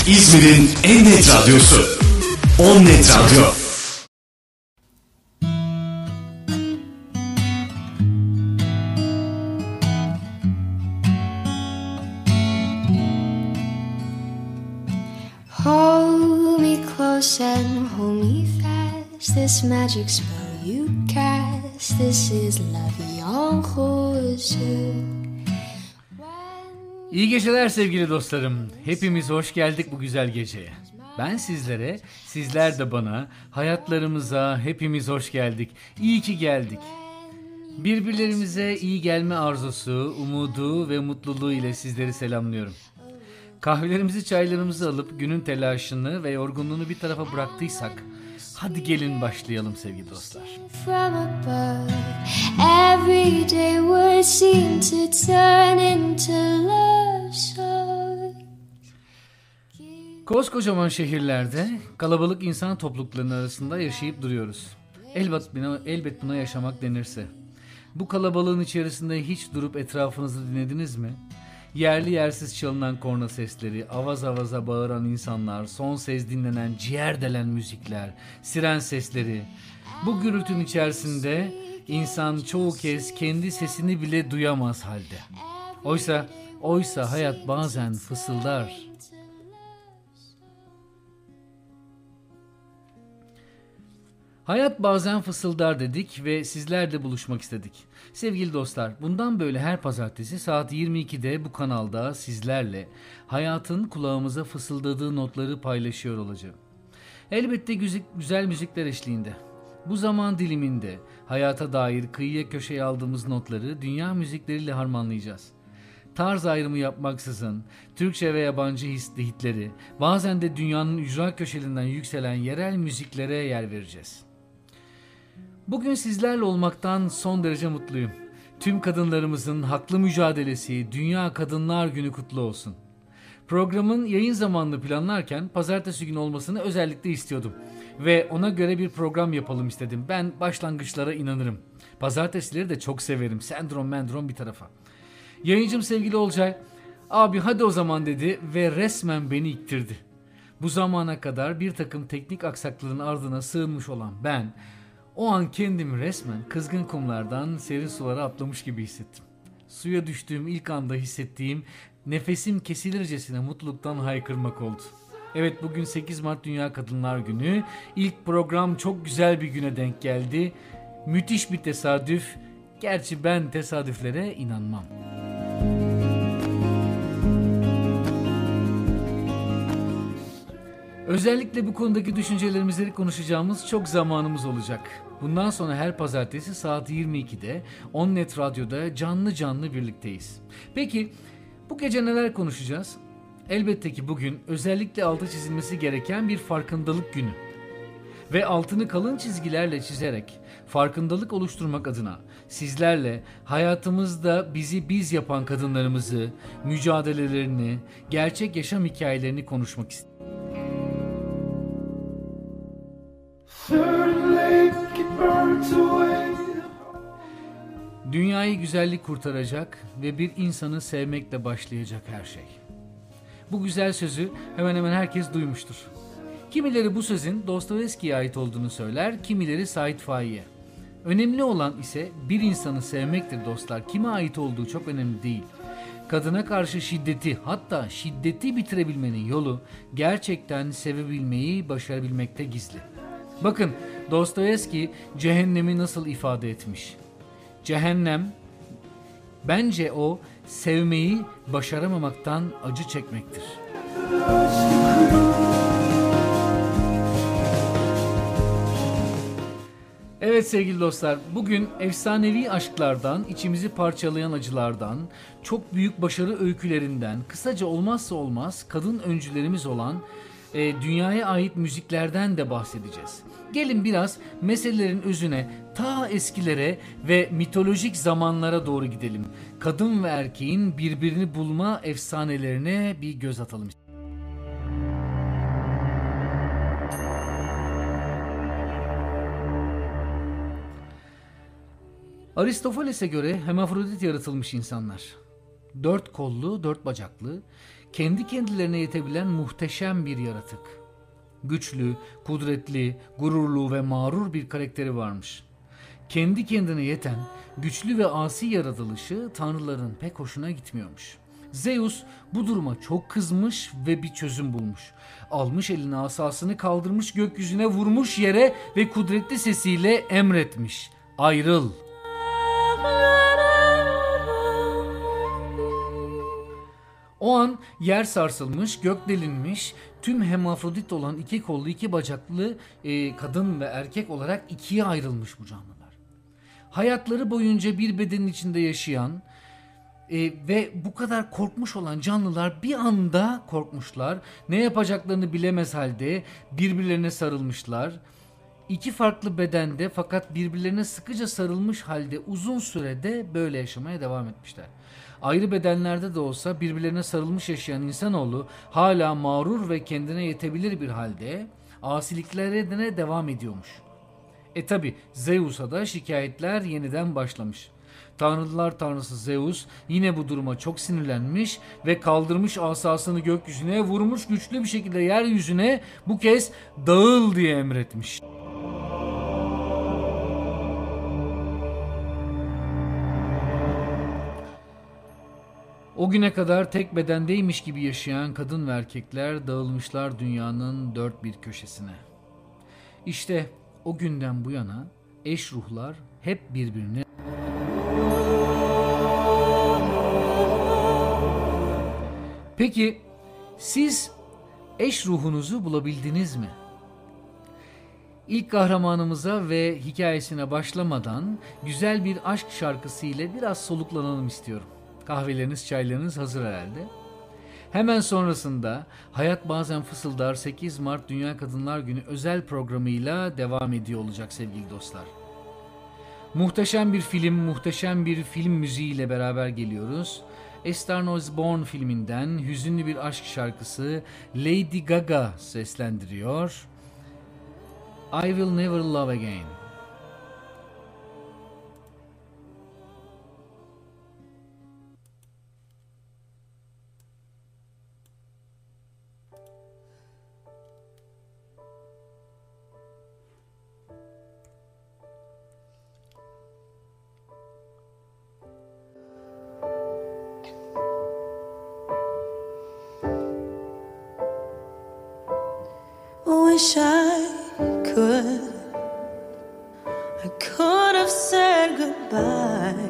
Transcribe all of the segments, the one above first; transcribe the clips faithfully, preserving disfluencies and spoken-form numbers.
İzmir'in en net radyosu On Net Radyo. Hold me close and hold me fast. This magic spell you cast. This is la vie en rose. İyi geceler sevgili dostlarım. Hepimiz hoş geldik bu güzel geceye. Ben sizlere, sizler de bana, hayatlarımıza hepimiz hoş geldik. İyi ki geldik. Birbirlerimize iyi gelme arzusu, umudu ve mutluluğu ile sizleri selamlıyorum. Kahvelerimizi, çaylarımızı alıp günün telaşını ve yorgunluğunu bir tarafa bıraktıysak, hadi gelin başlayalım sevgili dostlar. Koskocaman şehirlerde kalabalık insan topluluklarının arasında yaşayıp duruyoruz. Elbet buna, elbet buna yaşamak denirse. Bu kalabalığın içerisinde hiç durup etrafınızı dinlediniz mi? Yerli yersiz çalınan korna sesleri, avaz avaza bağıran insanlar, son ses dinlenen ciğer delen müzikler, siren sesleri. Bu gürültünün içerisinde insan çoğu kez kendi sesini bile duyamaz halde. Oysa, oysa hayat bazen fısıldar. Hayat bazen fısıldar dedik ve sizlerle buluşmak istedik. Sevgili dostlar, bundan böyle her pazartesi saat yirmi ikide bu kanalda sizlerle hayatın kulağımıza fısıldadığı notları paylaşıyor olacağım. Elbette güzel, güzel müzikler eşliğinde. Bu zaman diliminde hayata dair kıyıya köşeye aldığımız notları dünya müzikleriyle harmanlayacağız. Tarz ayrımı yapmaksızın Türkçe ve yabancı hitleri, bazen de dünyanın ücra köşelerinden yükselen yerel müziklere yer vereceğiz. Bugün sizlerle olmaktan son derece mutluyum. Tüm kadınlarımızın haklı mücadelesi Dünya Kadınlar Günü kutlu olsun. Programın yayın zamanını planlarken pazartesi günü olmasını özellikle istiyordum. Ve ona göre bir program yapalım istedim. Ben başlangıçlara inanırım. Pazartesileri de çok severim. Sendrom mendrom bir tarafa. Yayıncım sevgili Olcay, abi hadi o zaman dedi ve resmen beni iktirdi. Bu zamana kadar bir takım teknik aksaklığın ardına sığınmış olan ben, o an kendimi resmen kızgın kumlardan serin sulara atlamış gibi hissettim. Suya düştüğüm ilk anda hissettiğim nefesim kesilircesine mutluluktan haykırmak oldu. Evet, bugün sekiz Mart Dünya Kadınlar Günü. İlk program çok güzel bir güne denk geldi. Müthiş bir tesadüf. Gerçi ben tesadüflere inanmam. Özellikle bu konudaki düşüncelerimizi konuşacağımız çok zamanımız olacak. Bundan sonra her pazartesi saat yirmi ikide On Net Radyo'da canlı canlı birlikteyiz. Peki bu gece neler konuşacağız? Elbette ki bugün özellikle altı çizilmesi gereken bir farkındalık günü. Ve altını kalın çizgilerle çizerek farkındalık oluşturmak adına sizlerle hayatımızda bizi biz yapan kadınlarımızı, mücadelelerini, gerçek yaşam hikayelerini konuşmak istiyorum. Dünyayı güzellik kurtaracak ve bir insanı sevmekle başlayacak her şey. Bu güzel sözü hemen hemen herkes duymuştur. Kimileri bu sözün Dostoyevski'ye ait olduğunu söyler, kimileri Sait Faik'e. Önemli olan ise bir insanı sevmektir dostlar. Kime ait olduğu çok önemli değil. Kadına karşı şiddeti, hatta şiddeti bitirebilmenin yolu gerçekten sevebilmeyi başarabilmekte gizli. Bakın, Dostoyevski cehennemi nasıl ifade etmiş? Cehennem, bence o sevmeyi başaramamaktan acı çekmektir. Evet sevgili dostlar, bugün efsanevi aşklardan, içimizi parçalayan acılardan, çok büyük başarı öykülerinden, kısaca olmazsa olmaz kadın öncülerimiz olan e, dünyaya ait müziklerden de bahsedeceğiz. Gelin biraz meselelerin özüne, ta eskilere ve mitolojik zamanlara doğru gidelim. Kadın ve erkeğin birbirini bulma efsanelerine bir göz atalım. Aristofeles'e göre hermafrodit yaratılmış insanlar. Dört kollu, dört bacaklı, kendi kendilerine yetebilen muhteşem bir yaratık. Güçlü, kudretli, gururlu ve mağrur bir karakteri varmış. Kendi kendine yeten, güçlü ve asi yaratılışı tanrıların pek hoşuna gitmiyormuş. Zeus bu duruma çok kızmış ve bir çözüm bulmuş. Almış eline asasını, kaldırmış gökyüzüne, vurmuş yere ve kudretli sesiyle emretmiş: ayrıl. O an yer sarsılmış, gök delinmiş, tüm hemafrodit olan iki kollu, iki bacaklı e, kadın ve erkek olarak ikiye ayrılmış bu canlılar. Hayatları boyunca bir bedenin içinde yaşayan e, ve bu kadar korkmuş olan canlılar bir anda korkmuşlar. Ne yapacaklarını bilemez halde birbirlerine sarılmışlar. İki farklı bedende fakat birbirlerine sıkıca sarılmış halde uzun sürede böyle yaşamaya devam etmişler. Ayrı bedenlerde de olsa birbirlerine sarılmış yaşayan insanoğlu hala mağrur ve kendine yetebilir bir halde asiliklerine devam ediyormuş. E tabi Zeus'a da şikayetler yeniden başlamış. Tanrılar tanrısı Zeus yine bu duruma çok sinirlenmiş ve kaldırmış asasını gökyüzüne, vurmuş güçlü bir şekilde yeryüzüne, bu kez dağıl diye emretmiş. O güne kadar tek bedendeymiş gibi yaşayan kadın ve erkekler dağılmışlar dünyanın dört bir köşesine. İşte o günden bu yana eş ruhlar hep birbirine... Peki siz eş ruhunuzu bulabildiniz mi? İlk kahramanımıza ve hikayesine başlamadan güzel bir aşk şarkısı ile biraz soluklanalım istiyorum. Kahveleriniz, çaylarınız hazır herhalde. Hemen sonrasında Hayat Bazen Fısıldar sekiz Mart Dünya Kadınlar Günü özel programıyla devam ediyor olacak sevgili dostlar. Muhteşem bir film, muhteşem bir film müziğiyle beraber geliyoruz. A Star Is Born filminden hüzünlü bir aşk şarkısı Lady Gaga seslendiriyor. I Will Never Love Again. Wish I could, I could have said goodbye.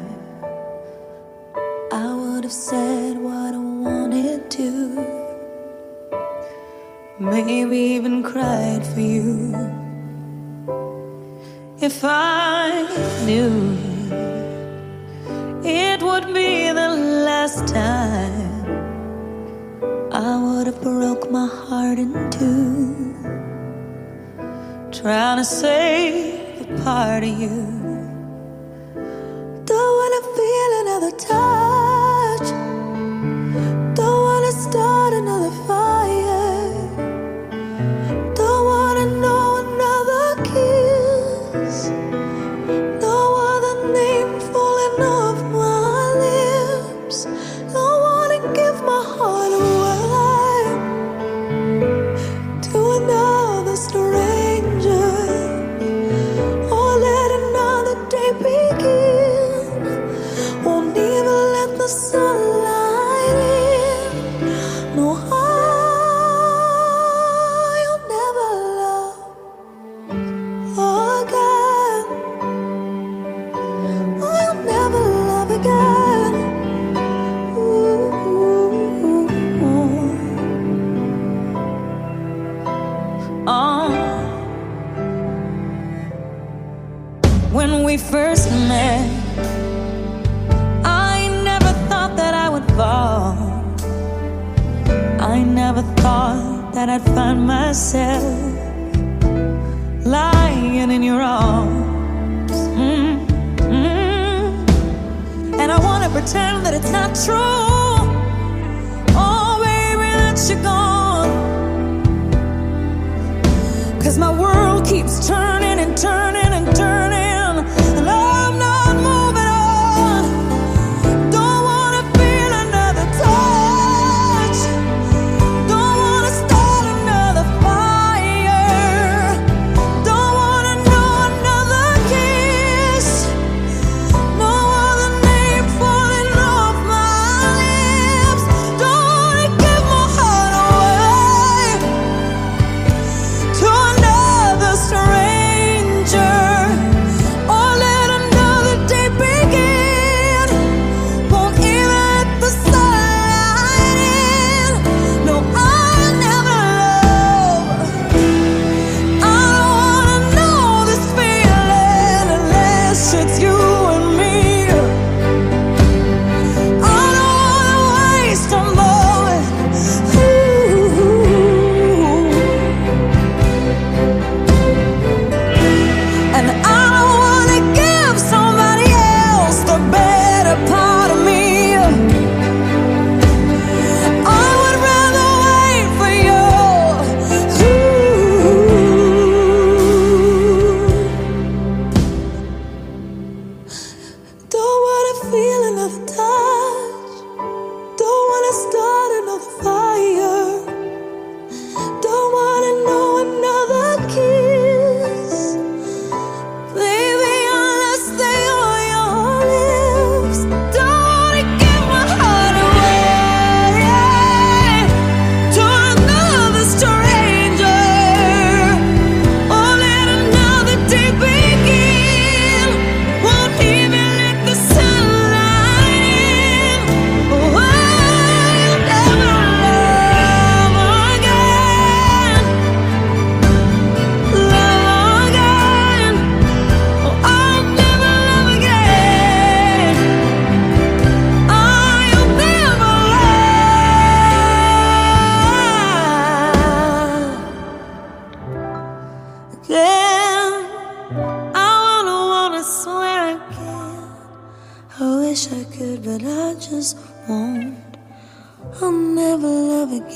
I would have said what I wanted to, maybe even cried for you. If I knew it would be the last time, I would have broke my heart in two, trying to save a part of you. Don't wanna feel another touch, don't wanna start another fire, don't wanna know another kiss, no other name falling off my lips. Don't wanna give my heart away to another stranger, or let another day begin. Won't even let the sunlight in. No, I'll never love again. I'll never love again. Ooh, ooh, ooh. Oh. When we first met, I never thought that I would fall. I never thought that I'd find myself lying in your arms. Mm, mm. And I wanna pretend that it's not true. Oh, baby, that you're gone. 'Cause my world keeps turning and turning and turning, and I'm not moving on. Don't wanna feel another touch,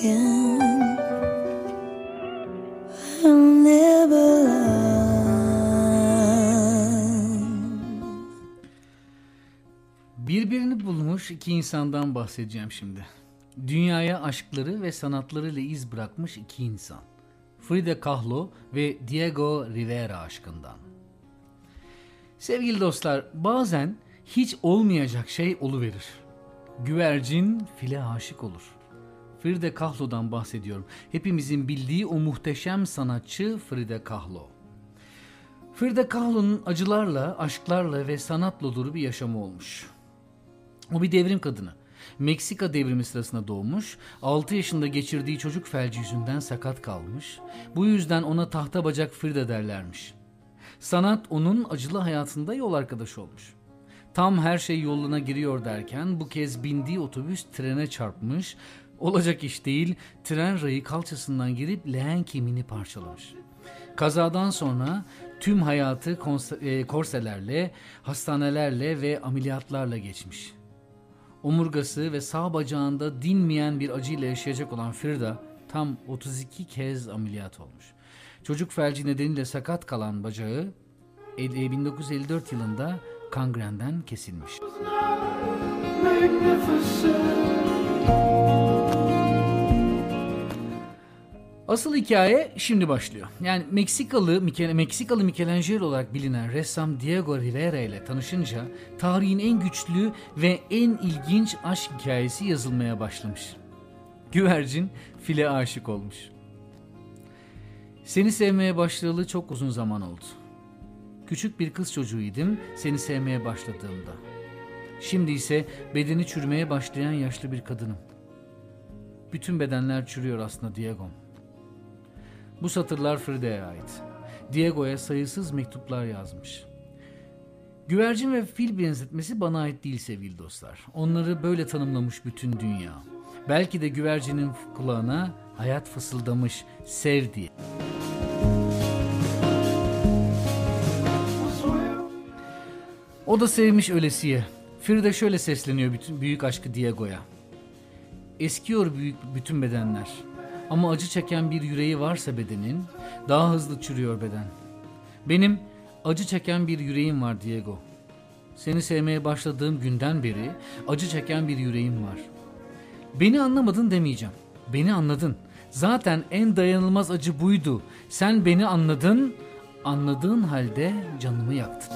again. I'll never learn. Birbirini bulmuş iki insandan bahsedeceğim şimdi. Dünyaya aşkları ve sanatlarıyla iz bırakmış iki insan. Frida Kahlo ve Diego Rivera aşkından. Sevgili dostlar, bazen hiç olmayacak şey oluverir. Güvercin file aşık olur. Frida Kahlo'dan bahsediyorum. Hepimizin bildiği o muhteşem sanatçı Frida Kahlo. Frida Kahlo'nun acılarla, aşklarla ve sanatla dolu bir yaşamı olmuş. O bir devrim kadını. Meksika devrimi sırasında doğmuş, altı yaşında geçirdiği çocuk felci yüzünden sakat kalmış. Bu yüzden ona tahta bacak Frida derlermiş. Sanat onun acılı hayatında yol arkadaşı olmuş. Tam her şey yoluna giriyor derken bu kez bindiği otobüs trene çarpmış. Olacak iş değil, tren rayı kalçasından girip leğen kemiğini parçalamış. Kazadan sonra tüm hayatı korselerle, hastanelerle ve ameliyatlarla geçmiş. Omurgası ve sağ bacağında dinmeyen bir acıyla yaşayacak olan Frida tam otuz iki kez ameliyat olmuş. Çocuk felci nedeniyle sakat kalan bacağı bin dokuz yüz elli dört yılında kangrenden kesilmiş. Asıl hikaye şimdi başlıyor. Yani Meksikalı Meksikalı Michelangelo olarak bilinen ressam Diego Rivera ile tanışınca tarihin en güçlü ve en ilginç aşk hikayesi yazılmaya başlamış. Güvercin file aşık olmuş. Seni sevmeye başlayalı çok uzun zaman oldu. Küçük bir kız çocuğuydum seni sevmeye başladığımda. Şimdi ise bedeni çürümeye başlayan yaşlı bir kadınım. Bütün bedenler çürüyor aslında Diego'm. Bu satırlar Frida'ya ait. Diego'ya sayısız mektuplar yazmış. Güvercin ve fil benzetmesi bana ait değil sevgili dostlar. Onları böyle tanımlamış bütün dünya. Belki de güvercinin kulağına hayat fısıldamış, sev diye. O da sevmiş ölesiye. Frida şöyle sesleniyor bütün büyük aşkı Diego'ya. Eskiyor büyük bütün bedenler. Ama acı çeken bir yüreği varsa bedenin, daha hızlı çürüyor beden. Benim acı çeken bir yüreğim var Diego. Seni sevmeye başladığım günden beri acı çeken bir yüreğim var. Beni anlamadın demeyeceğim. Beni anladın. Zaten en dayanılmaz acı buydu. Sen beni anladın, anladığın halde canımı yaktın.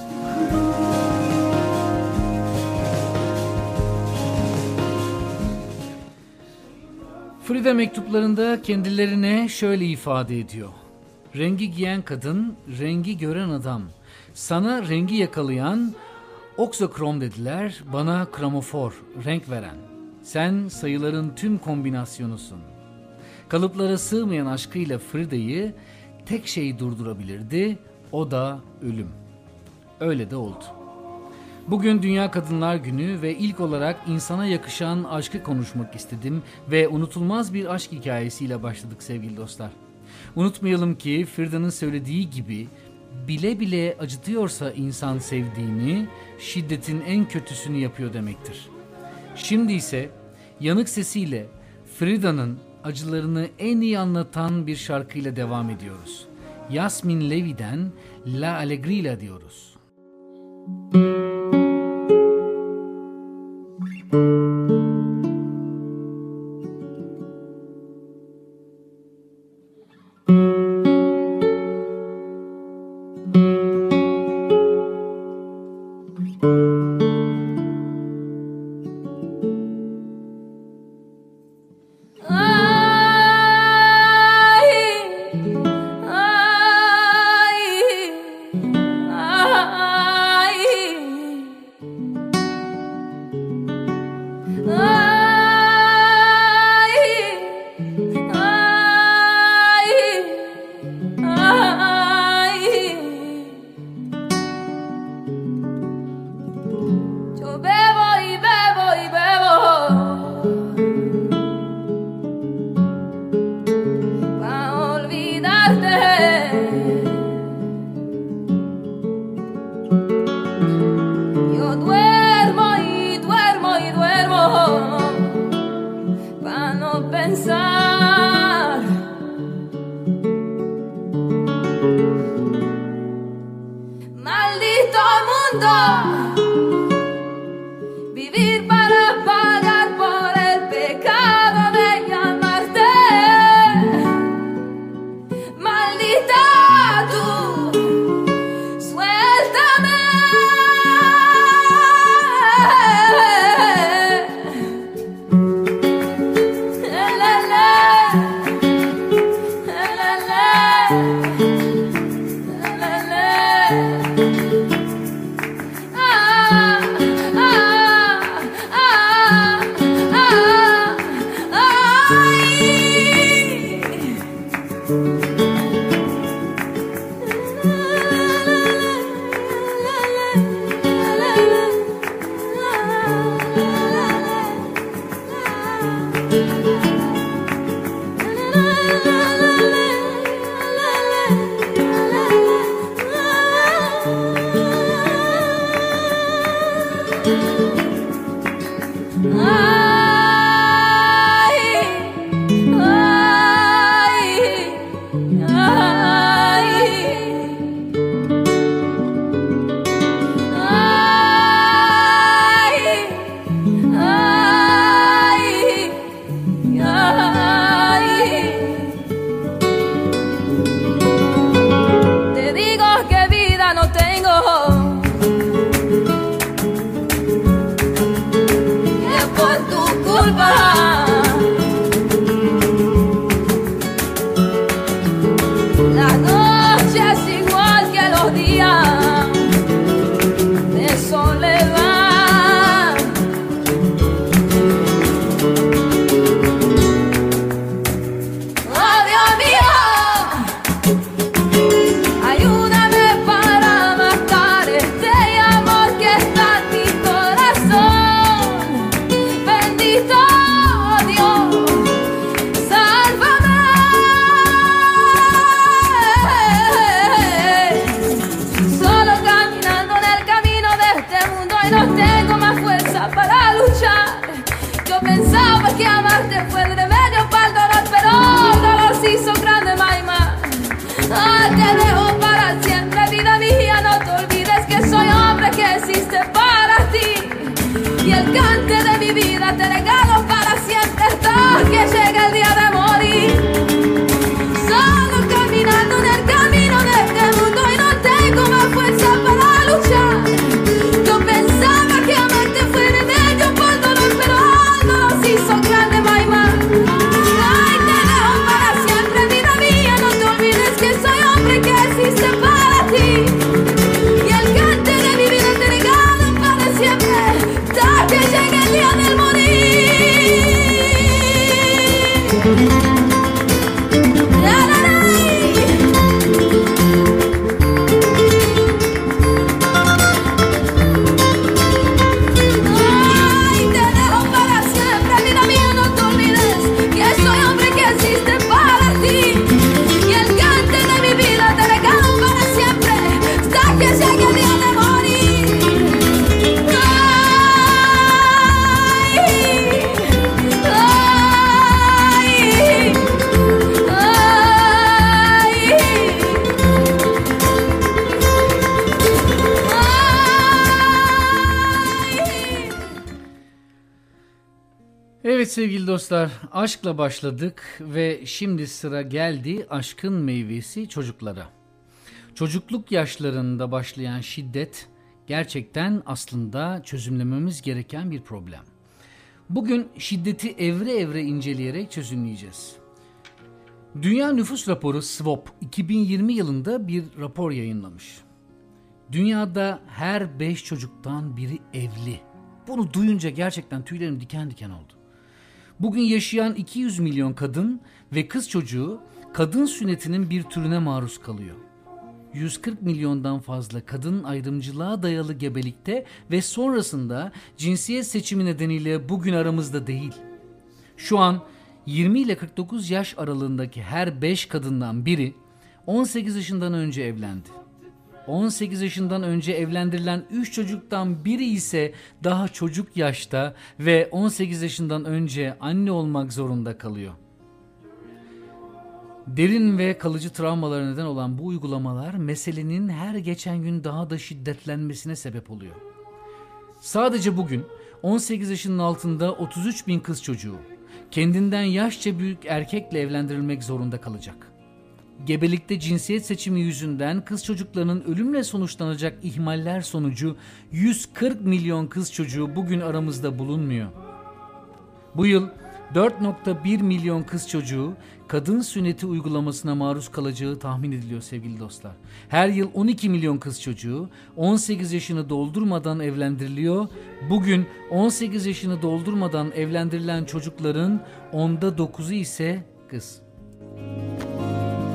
Frida mektuplarında kendilerine şöyle ifade ediyor. Rengi giyen kadın, rengi gören adam. Sana rengi yakalayan oksokrom dediler, bana kromofor, renk veren. Sen sayıların tüm kombinasyonusun. Kalıplara sığmayan aşkıyla Frida'yı tek şey durdurabilirdi, o da ölüm. Öyle de oldu. Bugün Dünya Kadınlar Günü ve ilk olarak insana yakışan aşkı konuşmak istedim ve unutulmaz bir aşk hikayesiyle başladık sevgili dostlar. Unutmayalım ki Frida'nın söylediği gibi bile bile acıtıyorsa insan sevdiğini, şiddetin en kötüsünü yapıyor demektir. Şimdi ise yanık sesiyle Frida'nın acılarını en iyi anlatan bir şarkıyla devam ediyoruz. Yasmin Levi'den La Alegría diyoruz. Pensar Evet sevgili dostlar, aşkla başladık ve şimdi sıra geldi aşkın meyvesi çocuklara. Çocukluk yaşlarında başlayan şiddet gerçekten aslında çözümlememiz gereken bir problem. Bugün şiddeti evre evre inceleyerek çözümleyeceğiz. Dünya Nüfus Raporu S W O P iki bin yirmi yılında bir rapor yayınlamış. Dünyada her beş çocuktan biri evli. Bunu duyunca gerçekten tüylerim diken diken oldu. Bugün yaşayan iki yüz milyon kadın ve kız çocuğu kadın sünnetinin bir türüne maruz kalıyor. yüz kırk milyondan fazla kadın ayrımcılığa dayalı gebelikte ve sonrasında cinsiyet seçimi nedeniyle bugün aramızda değil. Şu an yirmi ile kırk dokuz yaş aralığındaki her beş kadından biri on sekiz yaşından önce evlendi. on sekiz yaşından önce evlendirilen üç çocuktan biri ise daha çocuk yaşta ve on sekiz yaşından önce anne olmak zorunda kalıyor. Derin ve kalıcı travmalara neden olan bu uygulamalar meselenin her geçen gün daha da şiddetlenmesine sebep oluyor. Sadece bugün on sekiz yaşının altında otuz üç bin kız çocuğu kendinden yaşça büyük erkekle evlendirilmek zorunda kalacak. Gebelikte cinsiyet seçimi yüzünden kız çocuklarının ölümle sonuçlanacak ihmaller sonucu yüz kırk milyon kız çocuğu bugün aramızda bulunmuyor. Bu yıl dört nokta bir milyon kız çocuğu kadın sünneti uygulamasına maruz kalacağı tahmin ediliyor sevgili dostlar. Her yıl on iki milyon kız çocuğu on sekiz yaşını doldurmadan evlendiriliyor. Bugün on sekiz yaşını doldurmadan evlendirilen çocukların onda dokuzu ise kız.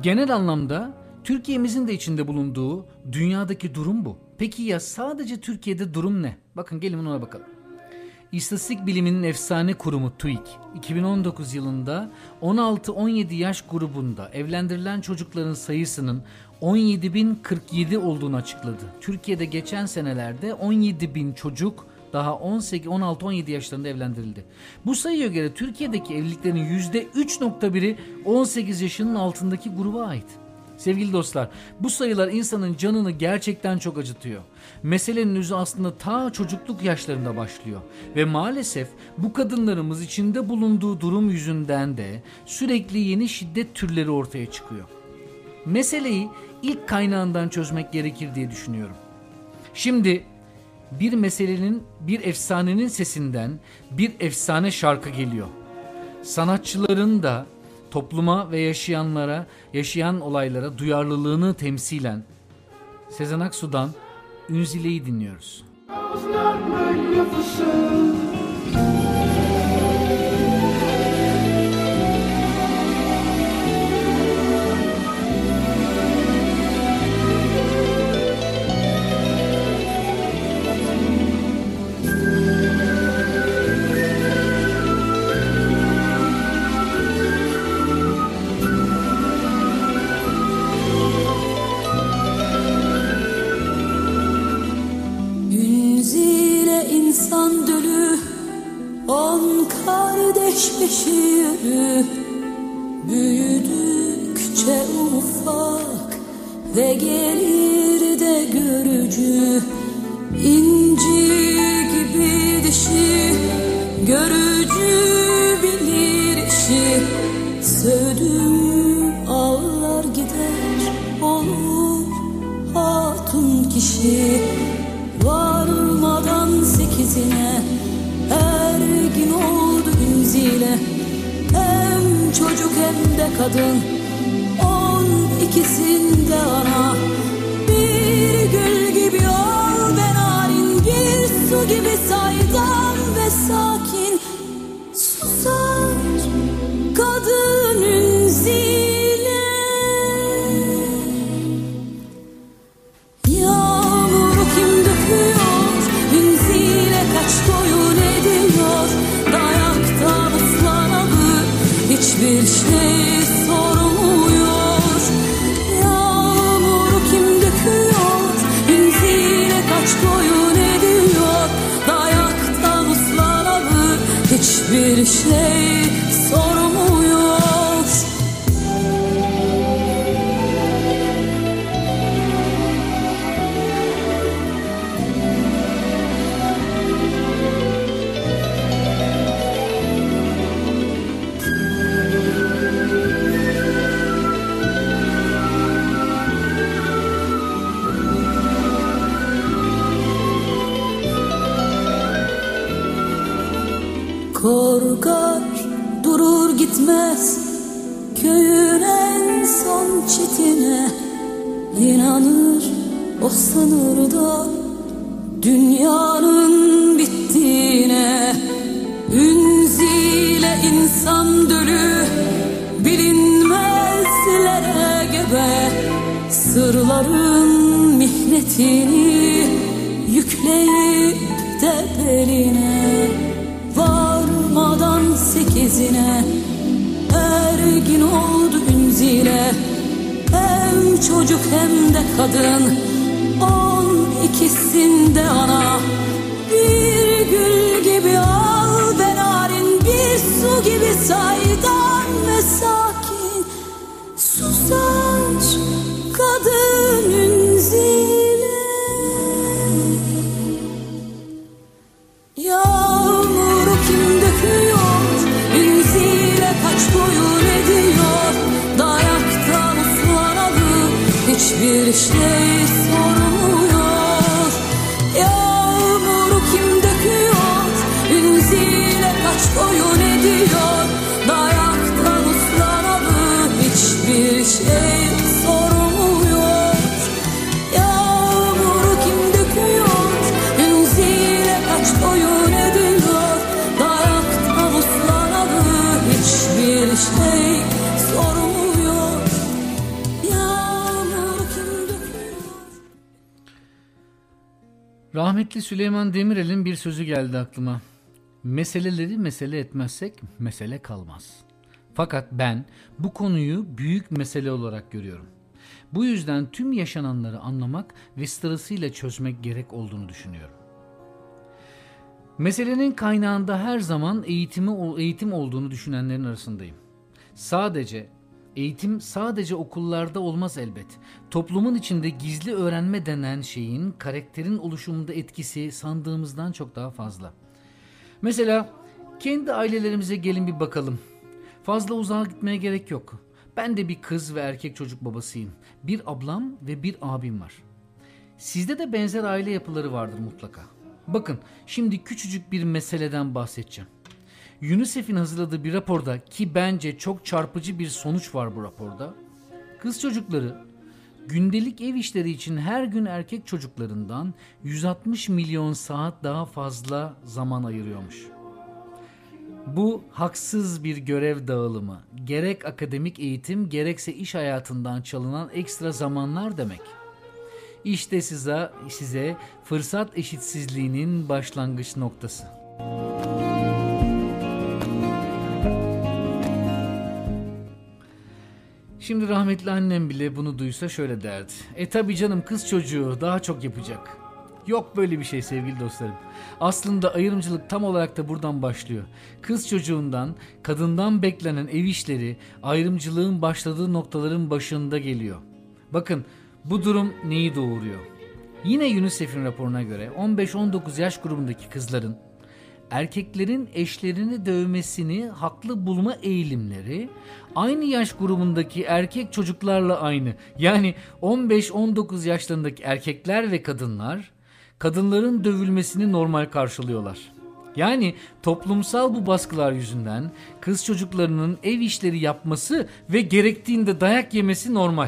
Genel anlamda Türkiye'mizin de içinde bulunduğu dünyadaki durum bu. Peki ya sadece Türkiye'de durum ne? Bakın gelin ona bakalım. İstatistik biliminin efsane kurumu TÜİK iki bin on dokuz yılında on altı on yedi yaş grubunda evlendirilen çocukların sayısının on yedi bin kırk yedi olduğunu açıkladı. Türkiye'de geçen senelerde on yedi bin çocuk daha on sekiz, on altı on yedi yaşlarında evlendirildi. Bu sayıya göre Türkiye'deki evliliklerin yüzde üç nokta biri on sekiz yaşının altındaki gruba ait. Sevgili dostlar, bu sayılar insanın canını gerçekten çok acıtıyor. Meselenin özü aslında ta çocukluk yaşlarında başlıyor. Ve maalesef bu kadınlarımız içinde bulunduğu durum yüzünden de sürekli yeni şiddet türleri ortaya çıkıyor. Meseleyi ilk kaynağından çözmek gerekir diye düşünüyorum. Şimdi bir meselenin, bir efsanenin sesinden bir efsane şarkı geliyor. Sanatçıların da topluma ve yaşayanlara, yaşayan olaylara duyarlılığını temsilen Sezen Aksu'dan Ünzile'yi dinliyoruz. İnsan dölü, on kardeş beşi yürü, büyüdükçe ufak ve gelir de görücü. İnci gibi dişi, görücü bilir işi. Sövdüm ağlar gider, olur hatun kişi. Varmadan sekizine ergin oldu Ünzile. Hem çocuk hem de kadın, on ikisinde ana. Bir gül gibi ol ve narin, bir su gibi saydam ve sakin. Susar kadın Ünzile. Koyun ediyor, dayaktan ıslanalı, hiçbir şey sormuyor. Yağmuru kim döküyor, Ünzile kaç koyun ediyor, dayaktan ıslanalı, hiçbir şey sormuyor. Korkar durur gitmez köyün en son çetine. İnanır o sınırda dünyanın bittiğine. Ünzile insan dölü, bilinmezlere gebe. Sırların mihnetini yükleyip de beline. Varmadan sekizine ergin oldu Ünzile. Hem çocuk hem de kadın, on ikisinde ana. Bir gül gibi al ve narin, bir su gibi saydam ve sakin. Susar kadın Ünzile. Yağmuru kim döküyor, Ünzile kaç koyun ediyor, dayaktan ıslanalı, hiçbir şey sormuyor. Yağmuru kim döküyor, Ünzile kaç koyun ediyor, dayaktan ıslanalı, Rahmetli Süleyman Demirel'in bir sözü geldi aklıma. Meseleleri mesele etmezsek mesele kalmaz. Fakat ben bu konuyu büyük mesele olarak görüyorum. Bu yüzden tüm yaşananları anlamak ve sırasıyla çözmek gerek olduğunu düşünüyorum. Meselenin kaynağında her zaman eğitimi, eğitim olduğunu düşünenlerin arasındayım. Sadece eğitim sadece okullarda olmaz elbet. Toplumun içinde gizli öğrenme denen şeyin karakterin oluşumunda etkisi sandığımızdan çok daha fazla. Mesela kendi ailelerimize gelin bir bakalım. Fazla uzağa gitmeye gerek yok. Ben de bir kız ve erkek çocuk babasıyım. Bir ablam ve bir abim var. Sizde de benzer aile yapıları vardır mutlaka. Bakın şimdi küçücük bir meseleden bahsedeceğim. UNICEF'in hazırladığı bir raporda ki bence çok çarpıcı bir sonuç var bu raporda. Kız çocukları gündelik ev işleri için her gün erkek çocuklarından yüz altmış milyon saat daha fazla zaman ayırıyormuş. Bu haksız bir görev dağılımı, gerek akademik eğitim gerekse iş hayatından çalınan ekstra zamanlar demek. İşte size, size fırsat eşitsizliğinin başlangıç noktası. Şimdi rahmetli annem bile bunu duysa şöyle derdi. E tabi canım kız çocuğu daha çok yapacak. Yok böyle bir şey sevgili dostlarım. Aslında ayrımcılık tam olarak da buradan başlıyor. Kız çocuğundan, kadından beklenen ev işleri ayrımcılığın başladığı noktaların başında geliyor. Bakın bu durum neyi doğuruyor? Yine UNICEF'in raporuna göre on beş on dokuz yaş grubundaki kızların erkeklerin eşlerini dövmesini haklı bulma eğilimleri aynı yaş grubundaki erkek çocuklarla aynı. Yani on beş on dokuz yaşlarındaki erkekler ve kadınlar kadınların dövülmesini normal karşılıyorlar. Yani toplumsal bu baskılar yüzünden kız çocuklarının ev işleri yapması ve gerektiğinde dayak yemesi normal.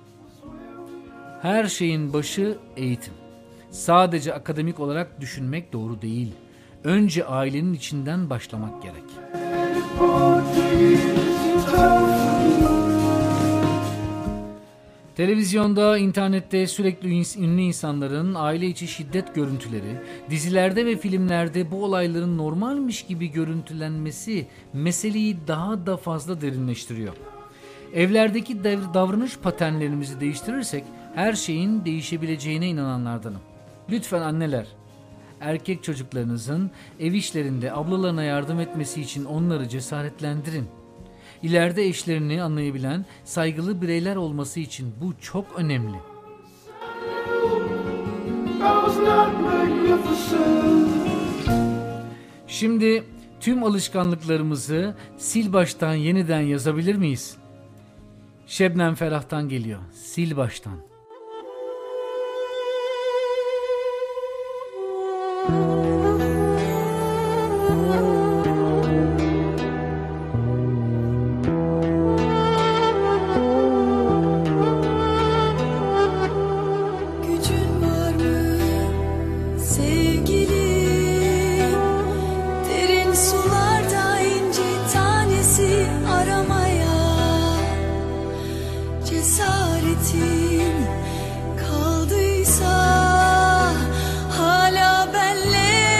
Her şeyin başı eğitim. Sadece akademik olarak düşünmek doğru değil. Önce ailenin içinden başlamak gerek. Televizyonda, internette sürekli ünlü insanların aile içi şiddet görüntüleri, dizilerde ve filmlerde bu olayların normalmiş gibi görüntülenmesi meseleyi daha da fazla derinleştiriyor. Evlerdeki davranış paternlerimizi değiştirirsek her şeyin değişebileceğine inananlardanım. Lütfen anneler, erkek çocuklarınızın ev işlerinde ablalarına yardım etmesi için onları cesaretlendirin. İleride eşlerini anlayabilen saygılı bireyler olması için bu çok önemli. Şimdi tüm alışkanlıklarımızı sil baştan yeniden yazabilir miyiz? Şebnem Ferah'tan geliyor. Sil baştan. Cesaretin kaldıysa hala benle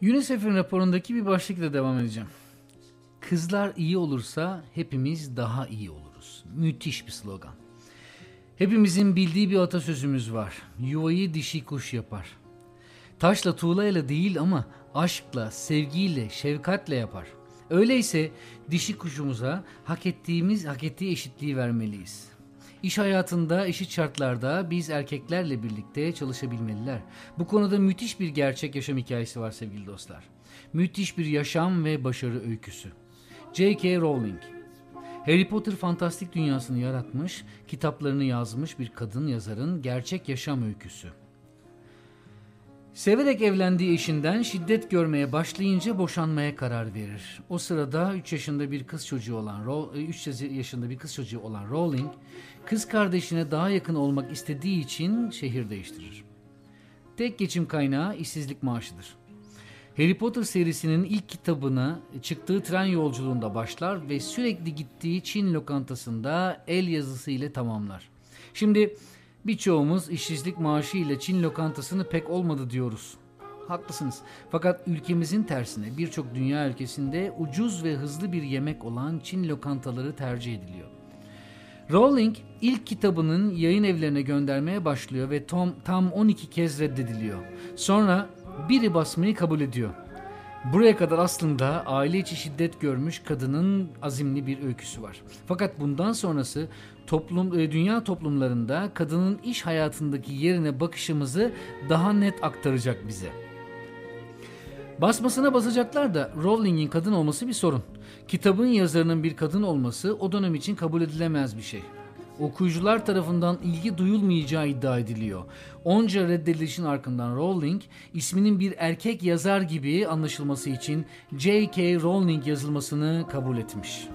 UNICEF'in raporundaki bir başlıkla devam edeceğim. Kızlar iyi olursa hepimiz daha iyi oluruz. Müthiş bir slogan. Hepimizin bildiği bir atasözümüz var. Yuvayı dişi kuş yapar. Taşla tuğlayla değil ama aşkla, sevgiyle, şefkatle yapar. Öyleyse dişi kuşumuza hak ettiğimiz, hak ettiği eşitliği vermeliyiz. İş hayatında, eşit şartlarda biz erkeklerle birlikte çalışabilmeliler. Bu konuda müthiş bir gerçek yaşam hikayesi var sevgili dostlar. Müthiş bir yaşam ve başarı öyküsü. J K. Rowling, Harry Potter fantastik dünyasını yaratmış, kitaplarını yazmış bir kadın yazarın gerçek yaşam öyküsü. Severek evlendiği eşinden şiddet görmeye başlayınca boşanmaya karar verir. O sırada üç yaşında bir kız çocuğu olan üç yaşında bir kız çocuğu olan Rowling, kız kardeşine daha yakın olmak istediği için şehir değiştirir. Tek geçim kaynağı işsizlik maaşıdır. Harry Potter serisinin ilk kitabına çıktığı tren yolculuğunda başlar ve sürekli gittiği Çin lokantasında el yazısı ile tamamlar. Şimdi birçoğumuz işsizlik maaşı ile Çin lokantasını pek olmadı diyoruz. Haklısınız. Fakat ülkemizin tersine birçok dünya ülkesinde ucuz ve hızlı bir yemek olan Çin lokantaları tercih ediliyor. Rowling ilk kitabının yayın evlerine göndermeye başlıyor ve Tom tam on iki kez reddediliyor. Sonra biri basmayı kabul ediyor. Buraya kadar aslında aile içi şiddet görmüş kadının azimli bir öyküsü var. Fakat bundan sonrası toplum, dünya toplumlarında kadının iş hayatındaki yerine bakışımızı daha net aktaracak bize. Basmasına basacaklar da Rowling'in kadın olması bir sorun. Kitabın yazarının bir kadın olması o dönem için kabul edilemez bir şey. Okuyucular tarafından ilgi duyulmayacağı iddia ediliyor. Onca reddedilişin ardından Rowling, isminin bir erkek yazar gibi anlaşılması için J K. Rowling yazılmasını kabul etmiş.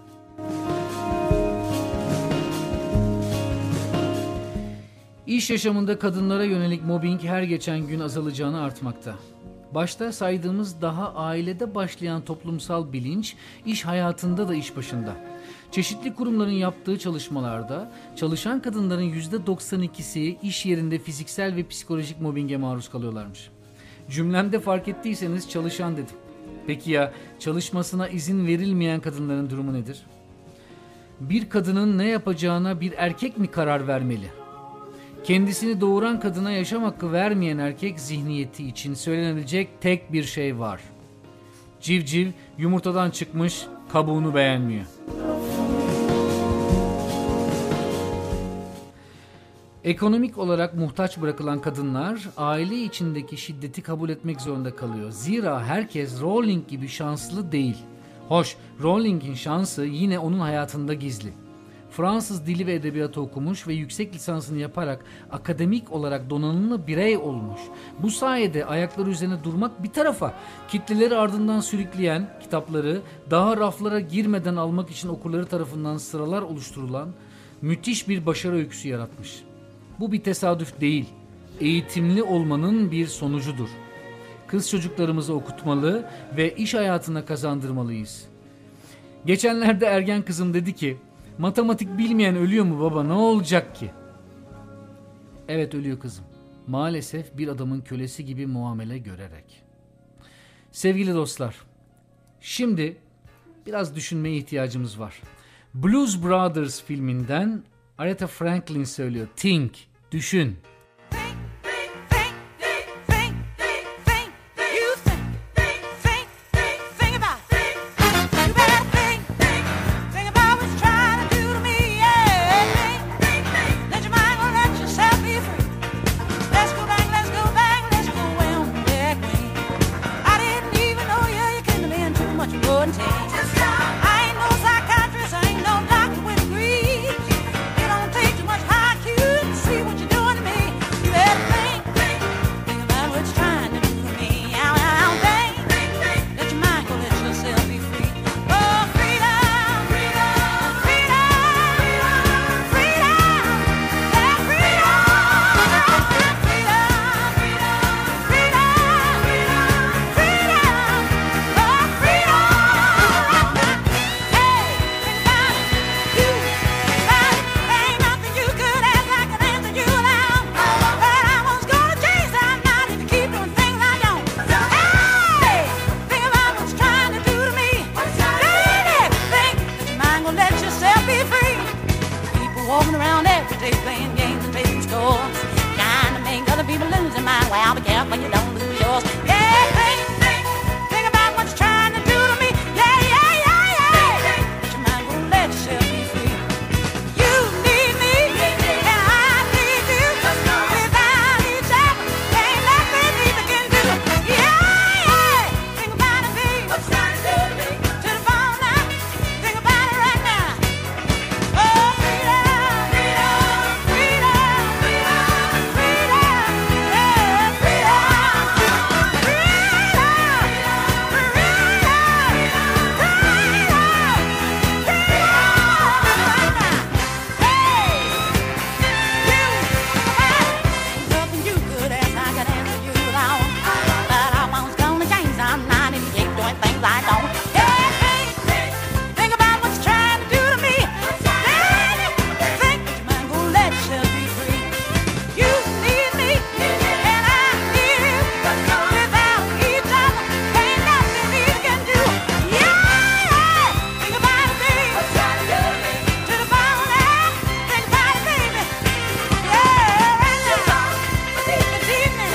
İş yaşamında kadınlara yönelik mobbing her geçen gün azalacağını artmakta. Başta saydığımız daha ailede başlayan toplumsal bilinç, iş hayatında da iş başında. Çeşitli kurumların yaptığı çalışmalarda çalışan kadınların yüzde doksan ikisi iş yerinde fiziksel ve psikolojik mobbinge maruz kalıyorlarmış. Cümlemde fark ettiyseniz çalışan dedim. Peki ya çalışmasına izin verilmeyen kadınların durumu nedir? Bir kadının ne yapacağına bir erkek mi karar vermeli? Kendisini doğuran kadına yaşam hakkı vermeyen erkek zihniyeti için söylenebilecek tek bir şey var. Civciv yumurtadan çıkmış, kabuğunu beğenmiyor. Ekonomik olarak muhtaç bırakılan kadınlar aile içindeki şiddeti kabul etmek zorunda kalıyor. Zira herkes Rowling gibi şanslı değil. Hoş, Rowling'in şansı yine onun hayatında gizli. Fransız dili ve edebiyatı okumuş ve yüksek lisansını yaparak akademik olarak donanımlı birey olmuş. Bu sayede ayakları üzerine durmak bir tarafa, kitleleri ardından sürükleyen kitapları daha raflara girmeden almak için okurları tarafından sıralar oluşturulan müthiş bir başarı öyküsü yaratmış. Bu bir tesadüf değil, eğitimli olmanın bir sonucudur. Kız çocuklarımızı okutmalı ve iş hayatına kazandırmalıyız. Geçenlerde ergen kızım dedi ki, matematik bilmeyen ölüyor mu baba, ne olacak ki? Evet, ölüyor kızım. Maalesef bir adamın kölesi gibi muamele görerek. Sevgili dostlar, şimdi biraz düşünmeye ihtiyacımız var. Blues Brothers filminden Aretha Franklin söylüyor. Think, düşün. See what you're doing to me. Well, be careful you don't lose yours. Yeah, think, think, think about what you're trying to do to me. Yeah, yeah, yeah, yeah. But your mind won't let yourself be free. You need me, and I need you. Without each other, ain't nothing either can do. Yeah, yeah. Think about it, babe. What you trying to do to me? To the phone now. Think about it right now. Oh, freedom, freedom, freedom, freedom, freedom, yeah, freedom, freedom, freedom, freedom, freedom, freedom. Hey, you, nothing you could ask, I could answer you now. But I once gonna change, I'm not in shape doing things I don't. Hey, hey, hey, think about what you're trying to do to me. Daddy, think that your mind gonna let yourself be free. You need me, and I need you. Without each other, ain't nothing we can do. Yeah, yeah. Think about it, baby. What you trying to do to me? To the bone now. Think about it, baby. Yeah, it's evening.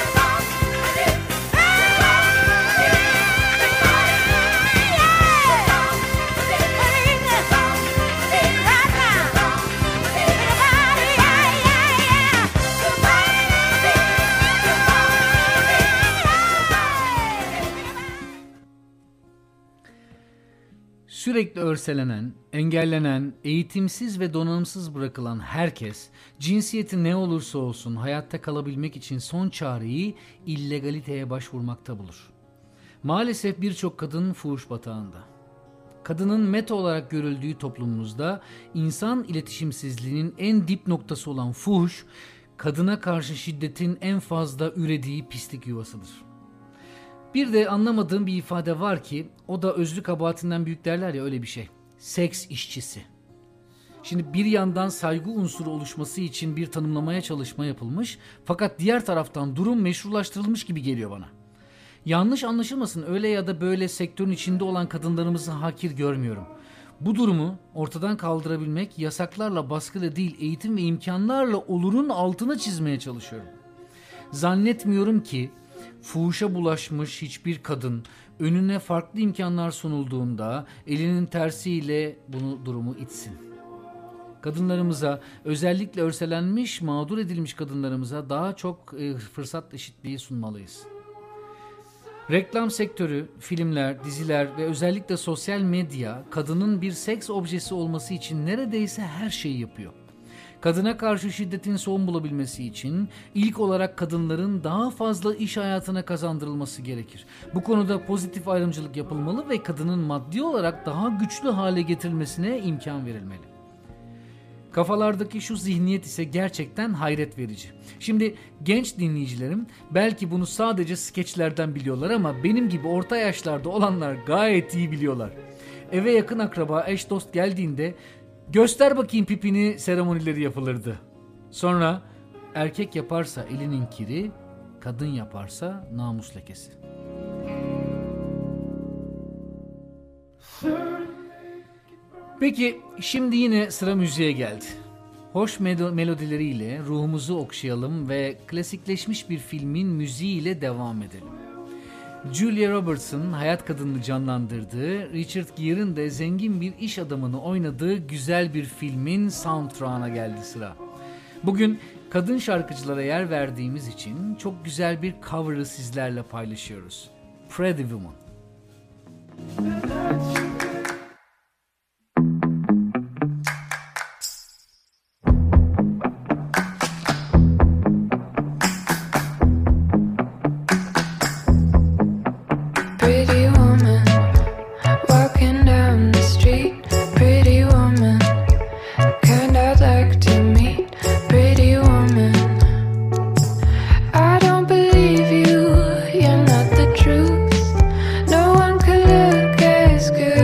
Sürekli örselenen, engellenen, eğitimsiz ve donanımsız bırakılan herkes, cinsiyeti ne olursa olsun hayatta kalabilmek için son çareyi illegaliteye başvurmakta bulur. Maalesef birçok kadın fuhuş batağında. Kadının meta olarak görüldüğü toplumumuzda insan iletişimsizliğinin en dip noktası olan fuhuş, kadına karşı şiddetin en fazla ürediği pislik yuvasıdır. Bir de anlamadığım bir ifade var ki o da özlü kabahatinden büyük derler ya, öyle bir şey. Seks işçisi. Şimdi bir yandan saygı unsuru oluşması için bir tanımlamaya çalışma yapılmış, fakat diğer taraftan durum meşrulaştırılmış gibi geliyor bana. Yanlış anlaşılmasın, öyle ya da böyle sektörün içinde olan kadınlarımızı hakir görmüyorum. Bu durumu ortadan kaldırabilmek yasaklarla, baskıyla değil, eğitim ve imkanlarla olurun altına çizmeye çalışıyorum. Zannetmiyorum ki fuhuşa bulaşmış hiçbir kadın önüne farklı imkanlar sunulduğunda elinin tersiyle bunu durumu itsin. Kadınlarımıza, özellikle örselenmiş, mağdur edilmiş kadınlarımıza daha çok e, fırsat eşitliği sunmalıyız. Reklam sektörü, filmler, diziler ve özellikle sosyal medya kadının bir seks objesi olması için neredeyse her şeyi yapıyor. Kadına karşı şiddetin son bulabilmesi için ilk olarak kadınların daha fazla iş hayatına kazandırılması gerekir. Bu konuda pozitif ayrımcılık yapılmalı ve kadının maddi olarak daha güçlü hale getirilmesine imkan verilmeli. Kafalardaki şu zihniyet ise gerçekten hayret verici. Şimdi genç dinleyicilerim belki bunu sadece skeçlerden biliyorlar ama benim gibi orta yaşlarda olanlar gayet iyi biliyorlar. Eve yakın akraba, eş dost geldiğinde göster bakayım pipini seremonileri yapılırdı. Sonra erkek yaparsa elinin kiri, kadın yaparsa namus lekesi. Peki şimdi yine sıra müziğe geldi. Hoş mel- melodileriyle ruhumuzu okşayalım ve klasikleşmiş bir filmin müziğiyle devam edelim. Julia Roberts'ın hayat kadınını canlandırdığı, Richard Gere'ın de zengin bir iş adamını oynadığı güzel bir filmin soundtrack'ına geldi sıra. Bugün kadın şarkıcılara yer verdiğimiz için çok güzel bir cover'ı sizlerle paylaşıyoruz. Pretty Woman. Good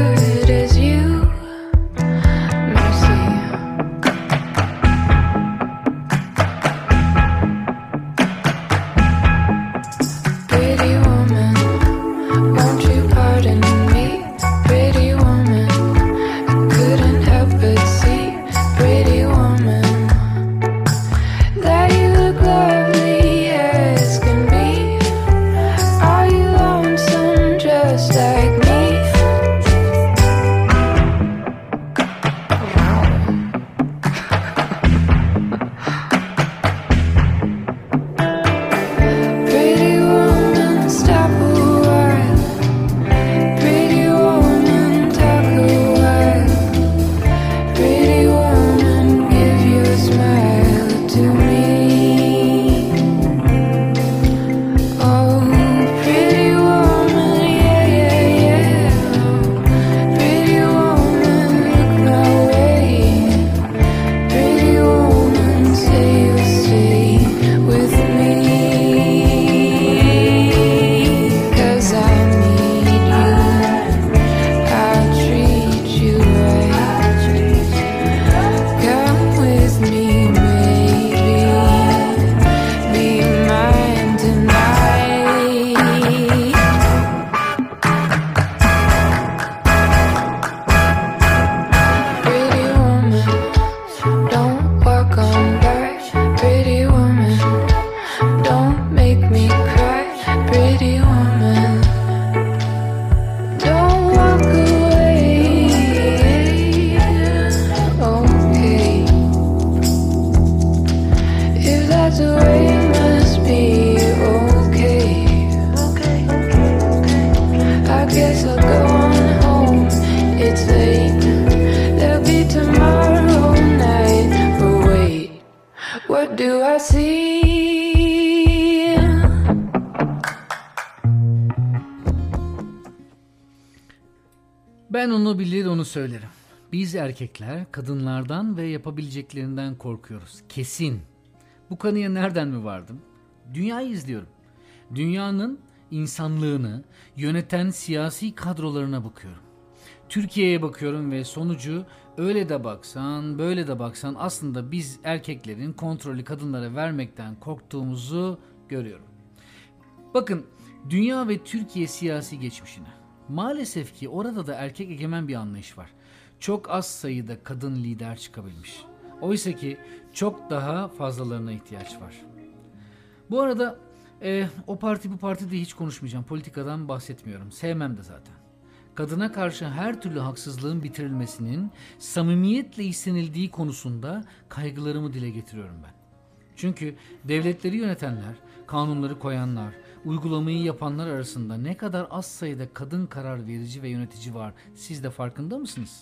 Ben onu bilir onu söylerim. Biz erkekler kadınlardan ve yapabileceklerinden korkuyoruz. Kesin. Bu kanıya nereden mi vardım? Dünyayı izliyorum. Dünyanın insanlığını yöneten siyasi kadrolarına bakıyorum. Türkiye'ye bakıyorum ve sonucu öyle de baksan böyle de baksan aslında biz erkeklerin kontrolü kadınlara vermekten korktuğumuzu görüyorum. Bakın dünya ve Türkiye siyasi geçmişine. Maalesef ki orada da erkek egemen bir anlayış var. Çok az sayıda kadın lider çıkabilmiş. Oysa ki çok daha fazlalarına ihtiyaç var. Bu arada e, o parti bu parti diye hiç konuşmayacağım. Politikadan bahsetmiyorum. Sevmem de zaten. Kadına karşı her türlü haksızlığın bitirilmesinin samimiyetle istenildiği konusunda kaygılarımı dile getiriyorum ben. Çünkü devletleri yönetenler, kanunları koyanlar, uygulamayı yapanlar arasında ne kadar az sayıda kadın karar verici ve yönetici var, siz de farkında mısınız?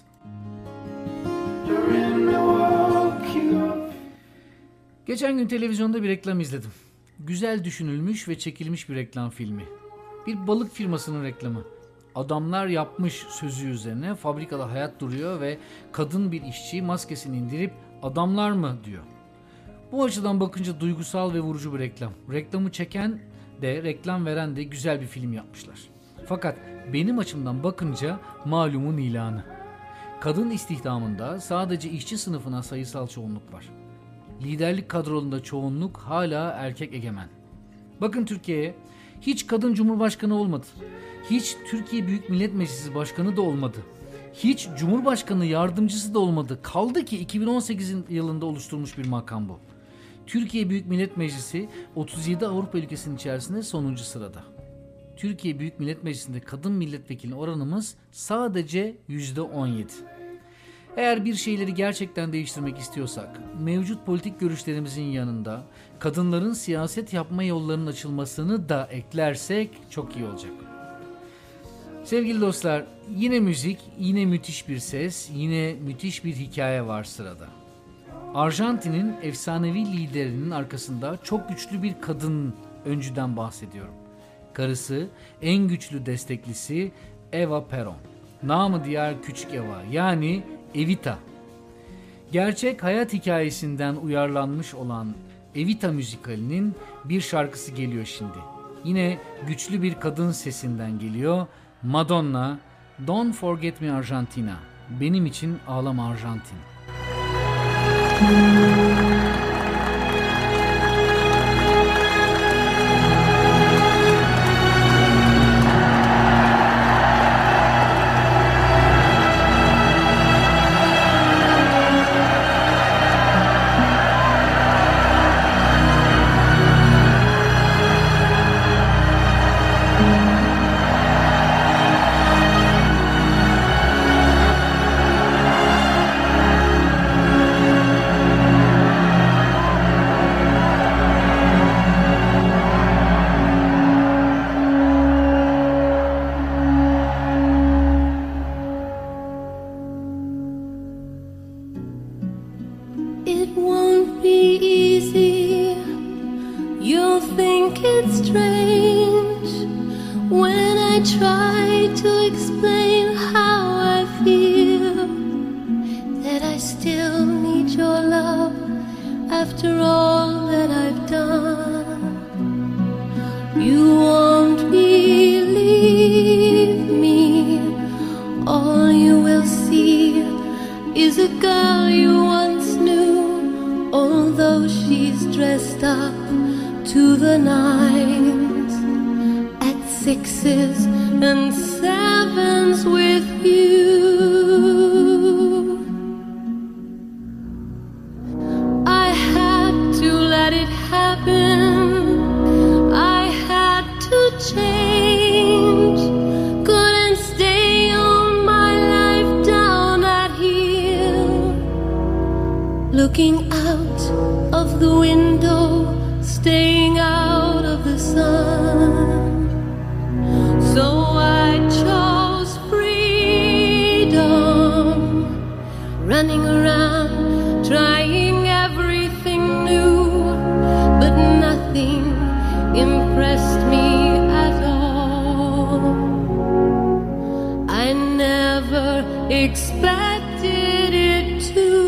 Geçen gün televizyonda bir reklam izledim. Güzel düşünülmüş ve çekilmiş bir reklam filmi. Bir balık firmasının reklamı. Adamlar yapmış sözü üzerine fabrikada hayat duruyor ve kadın bir işçi maskesini indirip adamlar mı diyor. Bu açıdan bakınca duygusal ve vurucu bir reklam. Reklamı çeken de reklam veren de güzel bir film yapmışlar. Fakat benim açımdan bakınca malumun ilanı. Kadın istihdamında sadece işçi sınıfına sayısal çoğunluk var. Liderlik kadrolarında çoğunluk hala erkek egemen. Bakın Türkiye'ye, hiç kadın cumhurbaşkanı olmadı. Hiç Türkiye Büyük Millet Meclisi Başkanı da olmadı. Hiç Cumhurbaşkanı yardımcısı da olmadı. Kaldı ki iki bin on sekiz yılında oluşturulmuş bir makam bu. Türkiye Büyük Millet Meclisi otuz yedi Avrupa ülkesinin içerisinde sonuncu sırada. Türkiye Büyük Millet Meclisi'nde kadın milletvekili oranımız sadece yüzde on yedi. Eğer bir şeyleri gerçekten değiştirmek istiyorsak, mevcut politik görüşlerimizin yanında kadınların siyaset yapma yollarının açılmasını da eklersek çok iyi olacak. Sevgili dostlar, yine müzik, yine müthiş bir ses, yine müthiş bir hikaye var sırada. Arjantin'in efsanevi liderinin arkasında çok güçlü bir kadın öncüden bahsediyorum. Karısı, en güçlü desteklisi Eva Perón. Namı diğer Küçük Eva, yani Evita. Gerçek hayat hikayesinden uyarlanmış olan Evita müzikalinin bir şarkısı geliyor şimdi. Yine güçlü bir kadın sesinden geliyor. Madonna, Don't Forget Me Argentina. Benim için ağlama Arjantin. Looking out of the window, staying out of the sun. So I chose freedom, running around, trying everything new, but nothing impressed me at all. I never expected it to.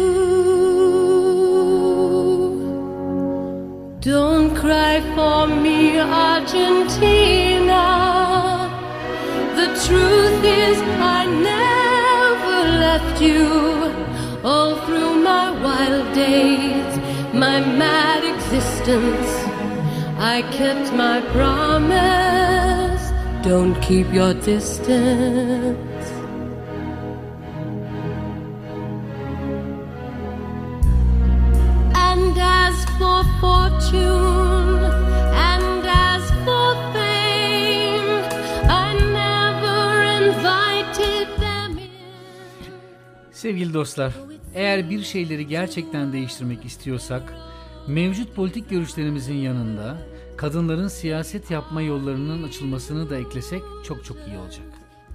Don't cry for me, Argentina. The truth is I never left you. All through my wild days, my mad existence, I kept my promise. Don't keep your distance. And as for fortune, and as for fame, I never invited them in. Sevgili dostlar, eğer bir şeyleri gerçekten değiştirmek istiyorsak, mevcut politik görüşlerimizin yanında kadınların siyaset yapma yollarının açılmasını da eklesek çok çok iyi olacak.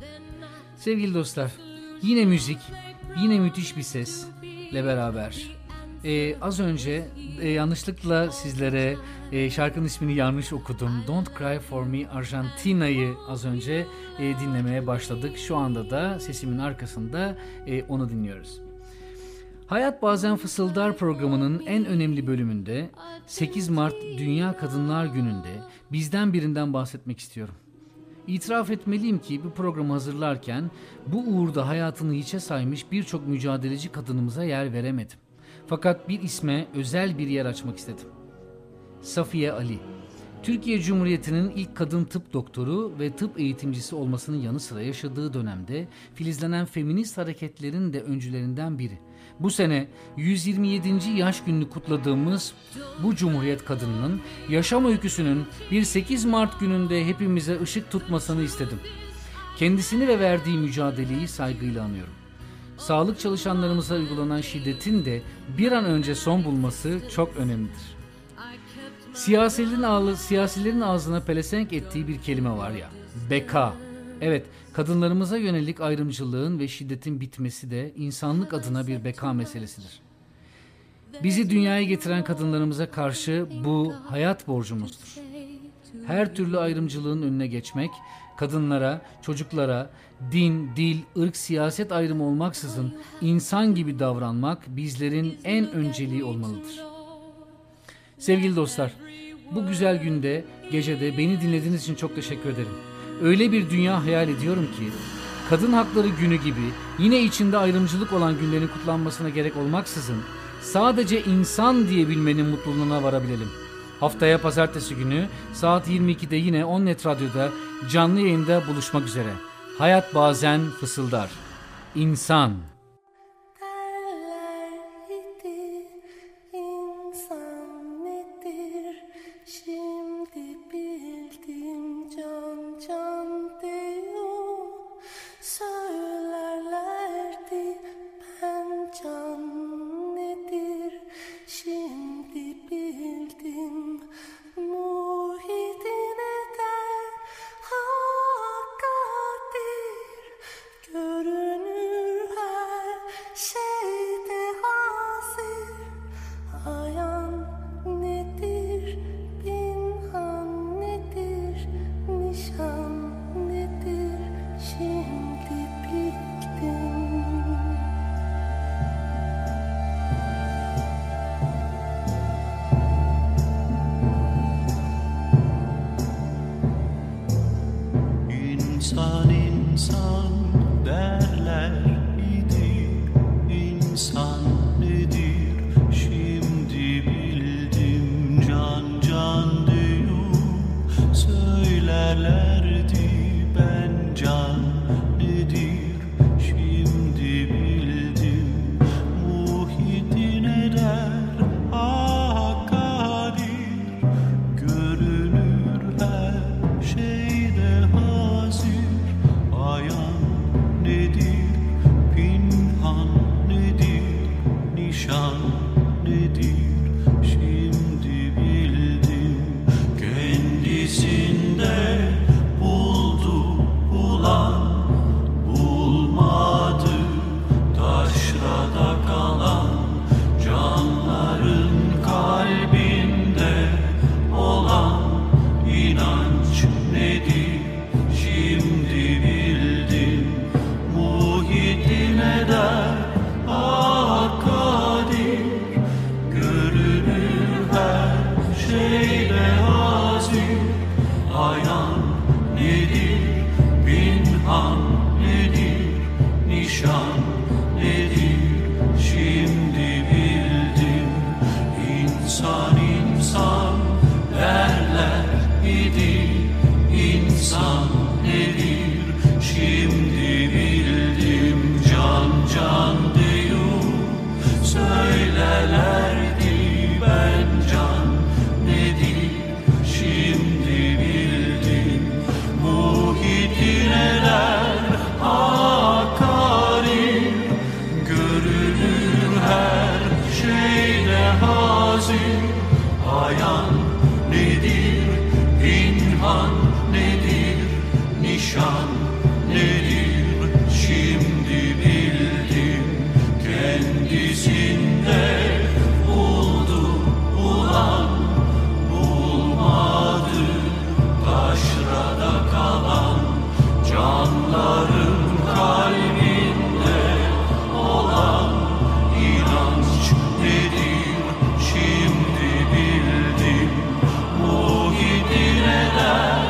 Sevgili dostlar, yine müzik, yine müthiş bir sesle beraber Ee, az önce e, yanlışlıkla sizlere e, şarkının ismini yanlış okudum. Don't Cry For Me Argentina'yı az önce e, dinlemeye başladık. Şu anda da sesimin arkasında e, onu dinliyoruz. Hayat Bazen Fısıldar programının en önemli bölümünde sekiz Mart Dünya Kadınlar Günü'nde bizden birinden bahsetmek istiyorum. İtiraf etmeliyim ki bu programı hazırlarken bu uğurda hayatını hiçe saymış birçok mücadeleci kadınımıza yer veremedim. Fakat bir isme özel bir yer açmak istedim. Safiye Ali. Türkiye Cumhuriyeti'nin ilk kadın tıp doktoru ve tıp eğitimcisi olmasının yanı sıra yaşadığı dönemde filizlenen feminist hareketlerin de öncülerinden biri. Bu sene yüz yirmi yedinci yaş gününü kutladığımız bu Cumhuriyet kadınının yaşam öyküsünün bir sekiz Mart gününde hepimize ışık tutmasını istedim. Kendisini ve verdiği mücadeleyi saygıyla anıyorum. Sağlık çalışanlarımıza uygulanan şiddetin de bir an önce son bulması çok önemlidir. Siyasilerin, ağlı, siyasilerin ağzına pelesenk ettiği bir kelime var ya, beka. Evet, kadınlarımıza yönelik ayrımcılığın ve şiddetin bitmesi de insanlık adına bir beka meselesidir. Bizi dünyaya getiren kadınlarımıza karşı bu hayat borcumuzdur. Her türlü ayrımcılığın önüne geçmek, kadınlara, çocuklara, din, dil, ırk, siyaset ayrımı olmaksızın insan gibi davranmak bizlerin en önceliği olmalıdır. Sevgili dostlar, bu güzel günde, gecede beni dinlediğiniz için çok teşekkür ederim. Öyle bir dünya hayal ediyorum ki, Kadın Hakları Günü gibi yine içinde ayrımcılık olan günlerin kutlanmasına gerek olmaksızın sadece insan diyebilmenin mutluluğuna varabilelim. Haftaya pazartesi günü saat yirmi ikide yine OnNet Radyo'da canlı yayında buluşmak üzere. Hayat Bazen Fısıldar. İnsan. Ayan nedir, pinhan nedir, nişan nedir, şimdi bildim. İnsan insan derler idi, insan nedir, şimdi bildim. Can can diyor söylerlerdi, ben can nedir, şimdi bildim. Muhiti neler akarir, görünür her şeyde hazır. Ayan nedir, pinhan nedir, nişan nedir, şimdi bildim. Kendisinde buldu bulan, bulmadı taşrada kalan. Canların kalbinde olan inanç nedir, şimdi bildim. Muhiti neler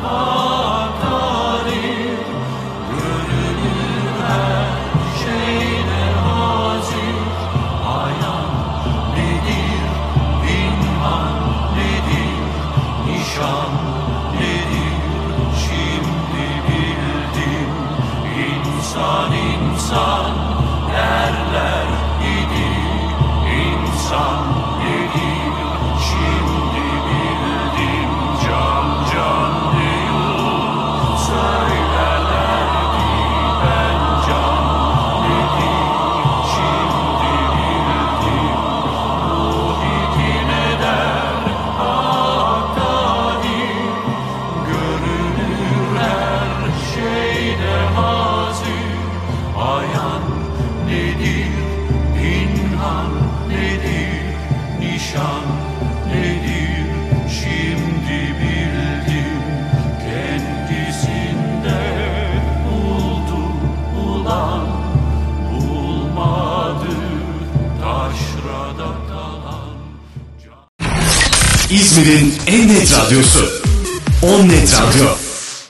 akarir, görünür her şeyde hazır. Ayan nedir, pinhan nedir, nişan nedir, şimdi bildim. İnsan insan derler idi, insan nedir, şimdi bildim. Can can diyor söylerlerdi, ben can nedir, şimdi bildim. Muhiti neden akadir, görünür her şeyde hazır. Ayan nedir, pinhan nedir, nişan nedir, şimdi bildim. Kendisinde buldu bulan, bulmadı taşrada kalan. İzmir'in en net radyosu On Net Radyo.